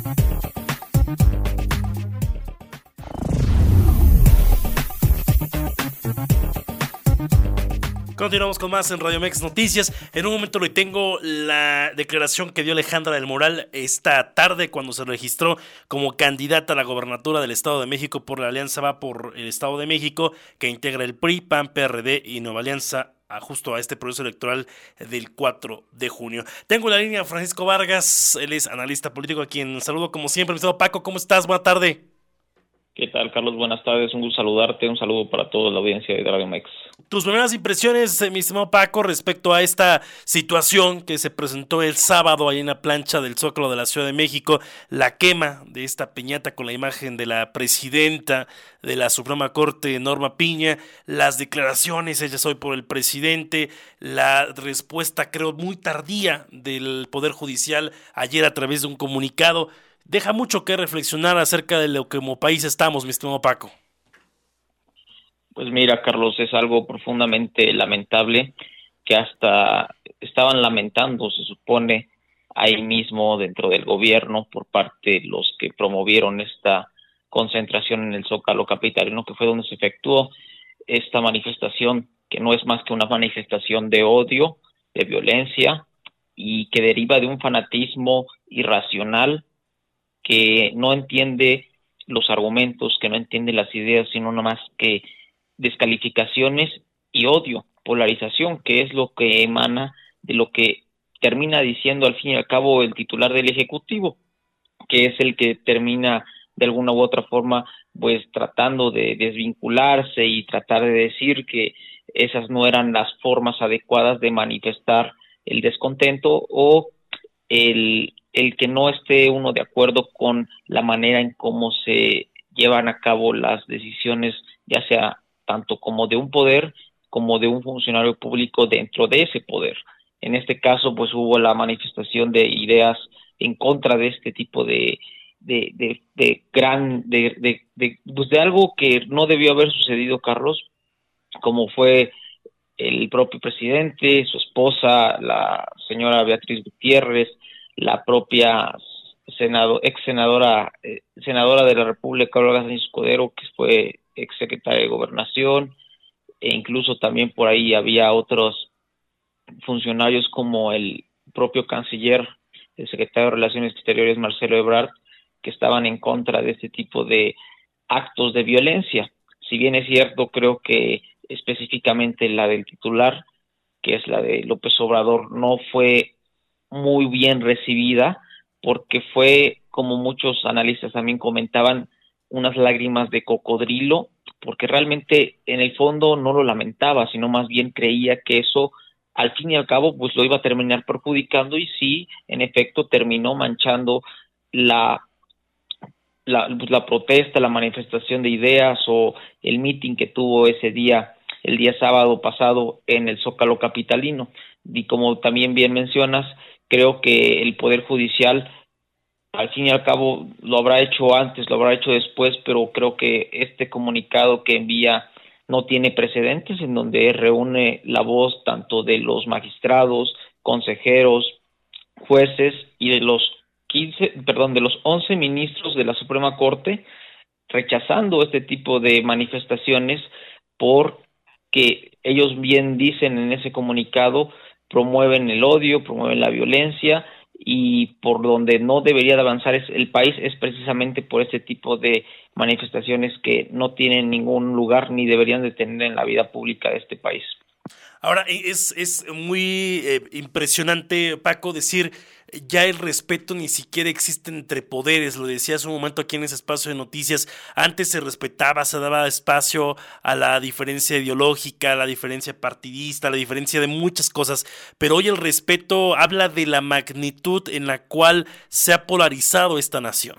Continuamos con más en Radio Mex Noticias. En un momento le tengo la declaración que dio Alejandra del Moral esta tarde cuando se registró como candidata a la gobernatura del Estado de México por la Alianza Va por el Estado de México, que integra el PRI, PAN, PRD y Nueva Alianza justo a este proceso electoral del 4 de junio. Tengo en la línea a Francisco Vargas, él es analista político, a quien saludo como siempre. Mi estimado Paco, ¿cómo estás? Buena tarde. ¿Qué tal, Carlos? Buenas tardes, un gusto saludarte, un saludo para toda la audiencia de Radio Mex. Tus primeras impresiones, mi estimado Paco, respecto a esta situación que se presentó el sábado ahí en la plancha del Zócalo de la Ciudad de México, la quema de esta piñata con la imagen de la presidenta de la Suprema Corte, Norma Piña, las declaraciones hechas hoy por el presidente, la respuesta creo muy tardía del Poder Judicial ayer a través de un comunicado. Deja mucho que reflexionar acerca de lo que como país estamos, mi estimado Paco. Pues mira, Carlos, es algo profundamente lamentable que hasta estaban lamentando, se supone, ahí mismo dentro del gobierno por parte de los que promovieron esta concentración en el Zócalo capitalino, que fue donde se efectuó esta manifestación, que no es más que una manifestación de odio, de violencia, y que deriva de un fanatismo irracional que no entiende los argumentos, que no entiende las ideas, sino nada más que descalificaciones y odio, polarización, que es lo que emana de lo que termina diciendo al fin y al cabo el titular del Ejecutivo, que es el que termina de alguna u otra forma pues tratando de desvincularse y tratar de decir que esas no eran las formas adecuadas de manifestar el descontento o el que no esté uno de acuerdo con la manera en cómo se llevan a cabo las decisiones, ya sea tanto como de un poder como de un funcionario público dentro de ese poder. En este caso, pues hubo la manifestación de ideas en contra de este tipo de algo que no debió haber sucedido, Carlos, como fue el propio presidente, su esposa, la señora Beatriz Gutiérrez, la propia senadora de la República, Olga Sánchez Cordero, que fue exsecretaria de Gobernación, e incluso también por ahí había otros funcionarios como el propio canciller, el secretario de Relaciones Exteriores, Marcelo Ebrard, que estaban en contra de este tipo de actos de violencia. Si bien es cierto, creo que específicamente la del titular, que es la de López Obrador, no fue muy bien recibida, porque fue, como muchos analistas también comentaban, unas lágrimas de cocodrilo, porque realmente en el fondo no lo lamentaba, sino más bien creía que eso al fin y al cabo pues lo iba a terminar perjudicando, y sí, en efecto terminó manchando la protesta, la manifestación de ideas o el meeting que tuvo ese día, el día sábado pasado en el Zócalo capitalino. Y como también bien mencionas, creo que el Poder Judicial al fin y al cabo lo habrá hecho antes, lo habrá hecho después, pero creo que este comunicado que envía no tiene precedentes, en donde reúne la voz tanto de los magistrados, consejeros, jueces y de los 11 ministros de la Suprema Corte, rechazando este tipo de manifestaciones porque ellos bien dicen en ese comunicado, promueven el odio, promueven la violencia, y por donde no debería de avanzar el país es precisamente por este tipo de manifestaciones que no tienen ningún lugar ni deberían de tener en la vida pública de este país. Ahora, es muy impresionante, Paco, decir ya el respeto ni siquiera existe entre poderes. Lo decía hace un momento aquí en ese espacio de noticias. Antes se respetaba, se daba espacio a la diferencia ideológica, a la diferencia partidista, a la diferencia de muchas cosas. Pero hoy el respeto habla de la magnitud en la cual se ha polarizado esta nación.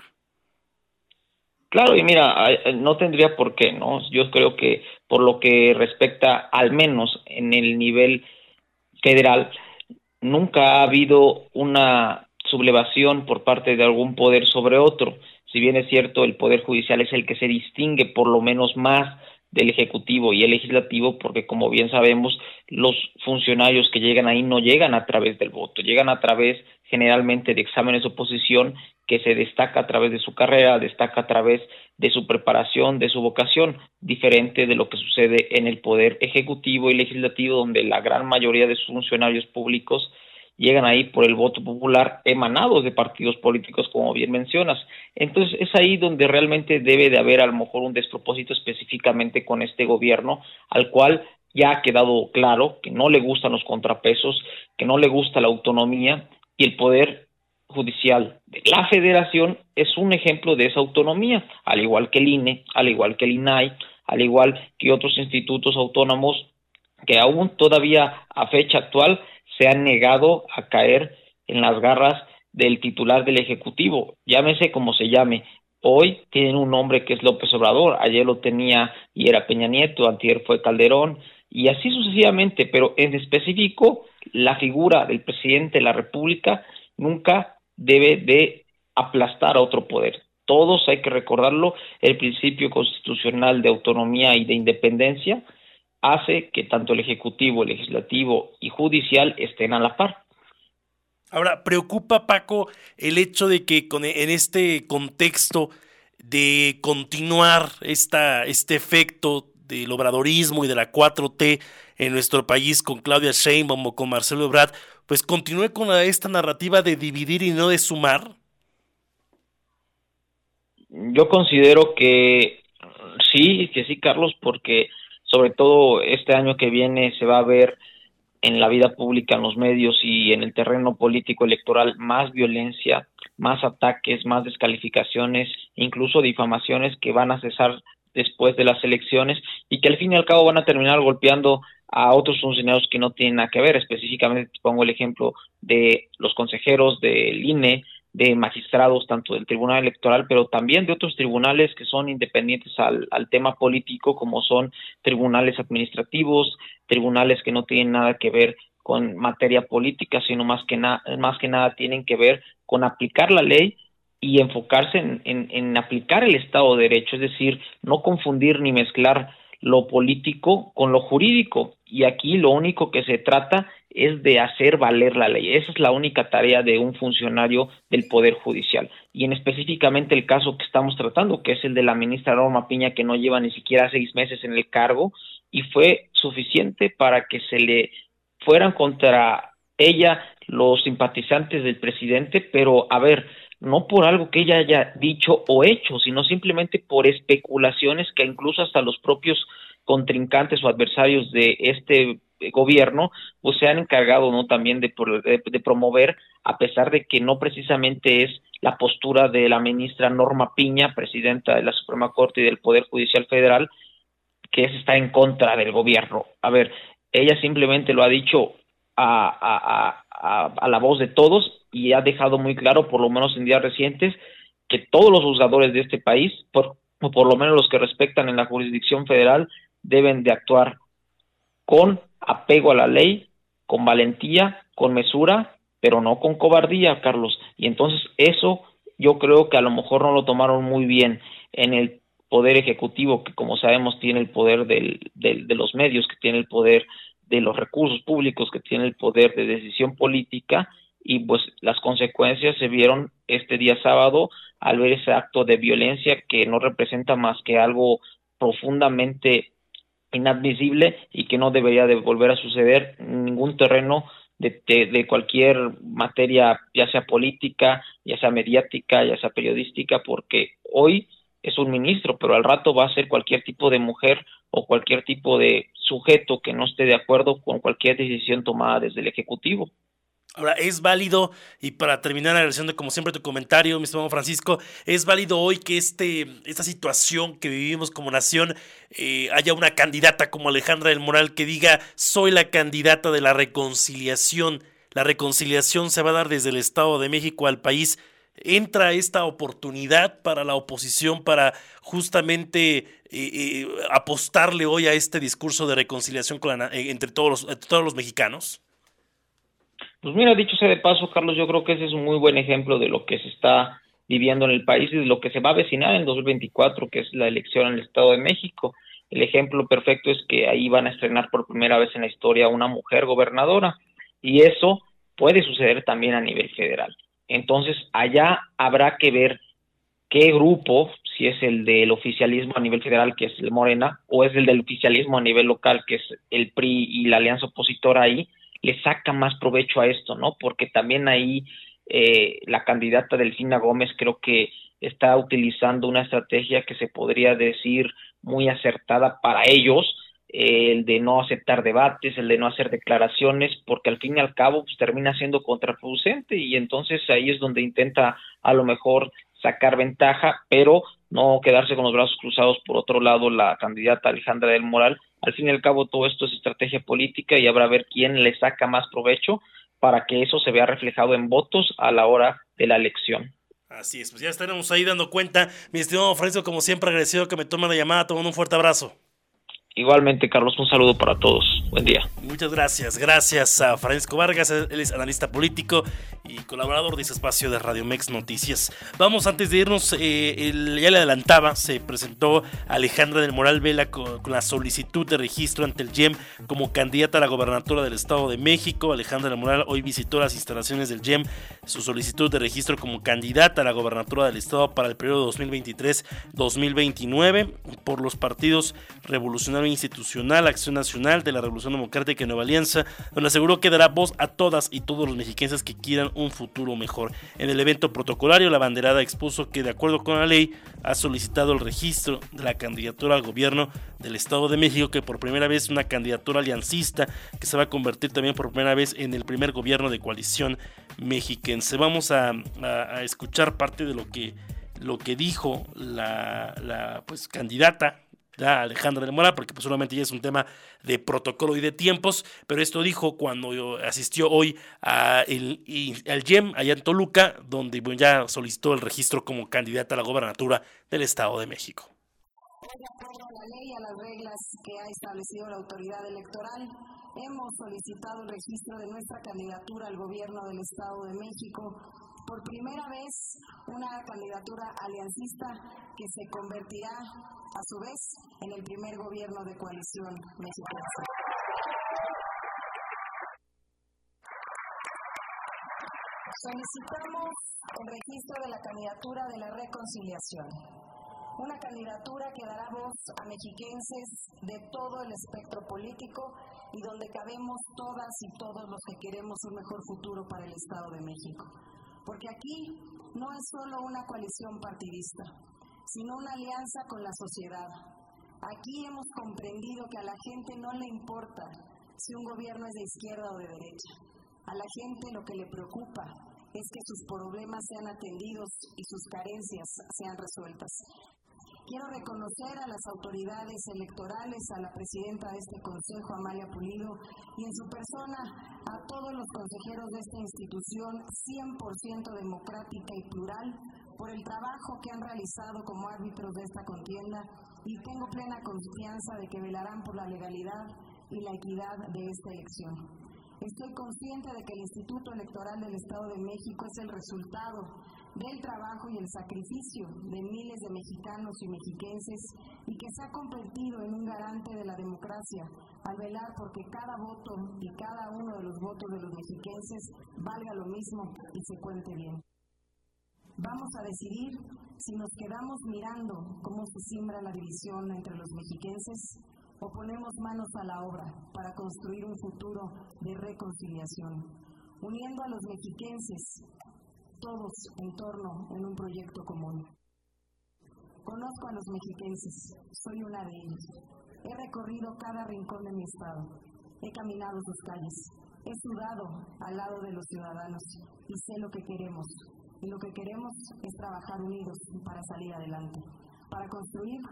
Claro, y mira, no tendría por qué, ¿no? Yo creo que por lo que respecta, al menos en el nivel federal, nunca ha habido una sublevación por parte de algún poder sobre otro. Si bien es cierto, el Poder Judicial es el que se distingue por lo menos más del Ejecutivo y el Legislativo, porque como bien sabemos, los funcionarios que llegan ahí no llegan a través del voto, llegan a través generalmente de exámenes de oposición, que se destaca a través de su carrera, destaca a través de su preparación, de su vocación, diferente de lo que sucede en el Poder Ejecutivo y Legislativo, donde la gran mayoría de sus funcionarios públicos llegan ahí por el voto popular emanados de partidos políticos, como bien mencionas. Entonces es ahí donde realmente debe de haber a lo mejor un despropósito específicamente con este gobierno, al cual ya ha quedado claro que no le gustan los contrapesos, que no le gusta la autonomía, y el Poder Judicial de la Federación es un ejemplo de esa autonomía, al igual que el INE, al igual que el INAI, al igual que otros institutos autónomos que aún todavía a fecha actual se han negado a caer en las garras del titular del Ejecutivo, llámese como se llame. Hoy tienen un nombre que es López Obrador, ayer lo tenía y era Peña Nieto, antier fue Calderón, y así sucesivamente, pero en específico la figura del presidente de la República nunca debe de aplastar a otro poder. Todos, hay que recordarlo, el principio constitucional de autonomía y de independencia hace que tanto el Ejecutivo, el Legislativo y Judicial estén a la par. Ahora, preocupa, Paco, el hecho de que en este contexto de continuar este efecto del obradorismo y de la 4T en nuestro país con Claudia Sheinbaum o con Marcelo Ebrard, pues continúe con esta narrativa de dividir y no de sumar. Yo considero que sí, Carlos, porque sobre todo este año que viene se va a ver en la vida pública, en los medios y en el terreno político electoral más violencia, más ataques, más descalificaciones, incluso difamaciones que van a cesar después de las elecciones y que al fin y al cabo van a terminar golpeando a otros funcionarios que no tienen nada que ver. Específicamente pongo el ejemplo de los consejeros del INE, de magistrados tanto del Tribunal Electoral, pero también de otros tribunales que son independientes al tema político, como son tribunales administrativos, tribunales que no tienen nada que ver con materia política, sino más que nada tienen que ver con aplicar la ley y enfocarse en aplicar el Estado de Derecho, es decir, no confundir ni mezclar lo político con lo jurídico, y aquí lo único que se trata es de hacer valer la ley. Esa es la única tarea de un funcionario del Poder Judicial, y en específicamente el caso que estamos tratando, que es el de la ministra Norma Piña, que no lleva ni siquiera 6 meses en el cargo, y fue suficiente para que se le fueran contra ella los simpatizantes del presidente, pero a ver, no por algo que ella haya dicho o hecho, sino simplemente por especulaciones que incluso hasta los propios contrincantes o adversarios de este gobierno pues se han encargado, ¿no?, también de promover, a pesar de que no precisamente es la postura de la ministra Norma Piña, presidenta de la Suprema Corte y del Poder Judicial Federal, que es estar en contra del gobierno. A ver, ella simplemente lo ha dicho a la voz de todos y ha dejado muy claro, por lo menos en días recientes, que todos los juzgadores de este país, por lo menos los que respetan en la jurisdicción federal, deben de actuar con apego a la ley, con valentía, con mesura, pero no con cobardía, Carlos. Y entonces eso yo creo que a lo mejor no lo tomaron muy bien en el Poder Ejecutivo, que como sabemos tiene el poder de los medios, que tiene el poder de los recursos públicos, que tiene el poder de decisión política, y pues las consecuencias se vieron este día sábado al ver ese acto de violencia que no representa más que algo profundamente inadmisible y que no debería de volver a suceder en ningún terreno de cualquier materia, ya sea política, ya sea mediática, ya sea periodística, porque hoy es un ministro, pero al rato va a ser cualquier tipo de mujer o cualquier tipo de sujeto que no esté de acuerdo con cualquier decisión tomada desde el Ejecutivo. Ahora, es válido, y para terminar agradeciendo como siempre tu comentario, mi estimado Francisco, es válido hoy que esta situación que vivimos como nación, haya una candidata como Alejandra del Moral que diga: soy la candidata de la reconciliación. La reconciliación se va a dar desde el Estado de México al país. Entra esta oportunidad para la oposición para justamente apostarle hoy a este discurso de reconciliación entre todos los mexicanos. Pues mira, dicho sea de paso, Carlos, yo creo que ese es un muy buen ejemplo de lo que se está viviendo en el país y de lo que se va a avecinar en 2024, que es la elección en el Estado de México. El ejemplo perfecto es que ahí van a estrenar por primera vez en la historia una mujer gobernadora, y eso puede suceder también a nivel federal. Entonces, allá habrá que ver qué grupo, si es el del oficialismo a nivel federal, que es el Morena, o es el del oficialismo a nivel local, que es el PRI y la alianza opositora ahí, le saca más provecho a esto, ¿no? Porque también ahí la candidata Delfina Gómez creo que está utilizando una estrategia que se podría decir muy acertada para ellos, el de no aceptar debates, el de no hacer declaraciones, porque al fin y al cabo pues, termina siendo contraproducente, y entonces ahí es donde intenta a lo mejor sacar ventaja, pero no quedarse con los brazos cruzados. Por otro lado, la candidata Alejandra del Moral, al fin y al cabo todo esto es estrategia política y habrá a ver quién le saca más provecho para que eso se vea reflejado en votos a la hora de la elección. Así es, pues ya estaremos ahí dando cuenta. Mi estimado Francisco, como siempre, agradecido que me tome la llamada, tomando un fuerte abrazo. Igualmente, Carlos, un saludo para todos. Buen día. Muchas gracias. Gracias a Francisco Vargas, él es analista político y colaborador de ese espacio de Radio Mex Noticias. Vamos, antes de irnos, ya le adelantaba, se presentó Alejandra del Moral Vela con la solicitud de registro ante el YEM como candidata a la gobernatura del Estado de México. Alejandra del Moral hoy visitó las instalaciones del YEM, su solicitud de registro como candidata a la gobernatura del Estado para el periodo 2023-2029 por los partidos Revolucionario Institucional, Acción Nacional, de la Revolución Democrática y Nueva Alianza, donde aseguró que dará voz a todas y todos los mexiquenses que quieran un futuro mejor. En el evento protocolario, la banderada expuso que, de acuerdo con la ley, ha solicitado el registro de la candidatura al gobierno del Estado de México, que por primera vez es una candidatura aliancista que se va a convertir también por primera vez en el primer gobierno de coalición mexiquense. Vamos a escuchar parte de lo que dijo la pues candidata Alejandra del Moral, porque pues solamente ya es un tema de protocolo y de tiempos, pero esto dijo cuando asistió hoy al YEM allá en Toluca, donde ya solicitó el registro como candidata a la gobernatura del Estado de México. De acuerdo a la ley y a las reglas que ha establecido la autoridad electoral, hemos solicitado el registro de nuestra candidatura al gobierno del Estado de México. Por primera vez, una candidatura aliancista que se convertirá, a su vez, en el primer gobierno de coalición mexicana. Solicitamos el registro de la candidatura de la reconciliación. Una candidatura que dará voz a mexiquenses de todo el espectro político y donde cabemos todas y todos los que queremos un mejor futuro para el Estado de México. Porque aquí no es solo una coalición partidista, sino una alianza con la sociedad. Aquí hemos comprendido que a la gente no le importa si un gobierno es de izquierda o de derecha. A la gente lo que le preocupa es que sus problemas sean atendidos y sus carencias sean resueltas. Quiero reconocer a las autoridades electorales, a la presidenta de este consejo, Amalia Pulido, y en su persona a todos los consejeros de esta institución 100% democrática y plural por el trabajo que han realizado como árbitros de esta contienda, y tengo plena confianza de que velarán por la legalidad y la equidad de esta elección. Estoy consciente de que el Instituto Electoral del Estado de México es el resultado del trabajo y el sacrificio de miles de mexicanos y mexiquenses y que se ha convertido en un garante de la democracia al velar porque cada voto y cada uno de los votos de los mexiquenses valga lo mismo y se cuente bien. Vamos a decidir si nos quedamos mirando cómo se siembra la división entre los mexiquenses o ponemos manos a la obra para construir un futuro de reconciliación, uniendo a los mexiquenses, todos en torno en un proyecto común. Conozco a los mexiquenses, soy una de ellos. He recorrido cada rincón de mi estado, he caminado sus calles, he sudado al lado de los ciudadanos y sé lo que queremos. Y lo que queremos es trabajar unidos para salir adelante, para construir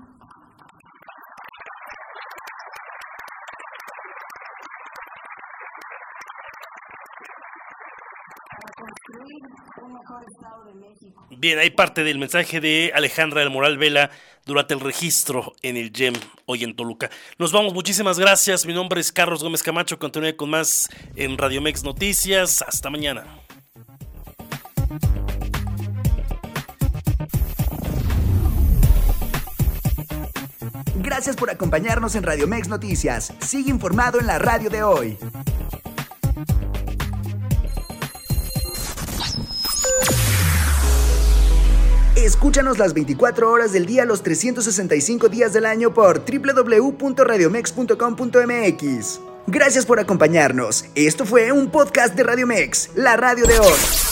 un mejor estado de México. Bien, hay parte del mensaje de Alejandra del Moral Vela durante el registro en el GEM hoy en Toluca. Nos vamos, muchísimas gracias. Mi nombre es Carlos Gómez Camacho. Continúe con más en Radio Mex Noticias. Hasta mañana. Gracias por acompañarnos en Radio Mex Noticias. Sigue informado en la radio de hoy. Escúchanos las 24 horas del día, los 365 días del año por www.radiomex.com.mx. Gracias por acompañarnos. Esto fue un podcast de Radio Mex, la radio de hoy.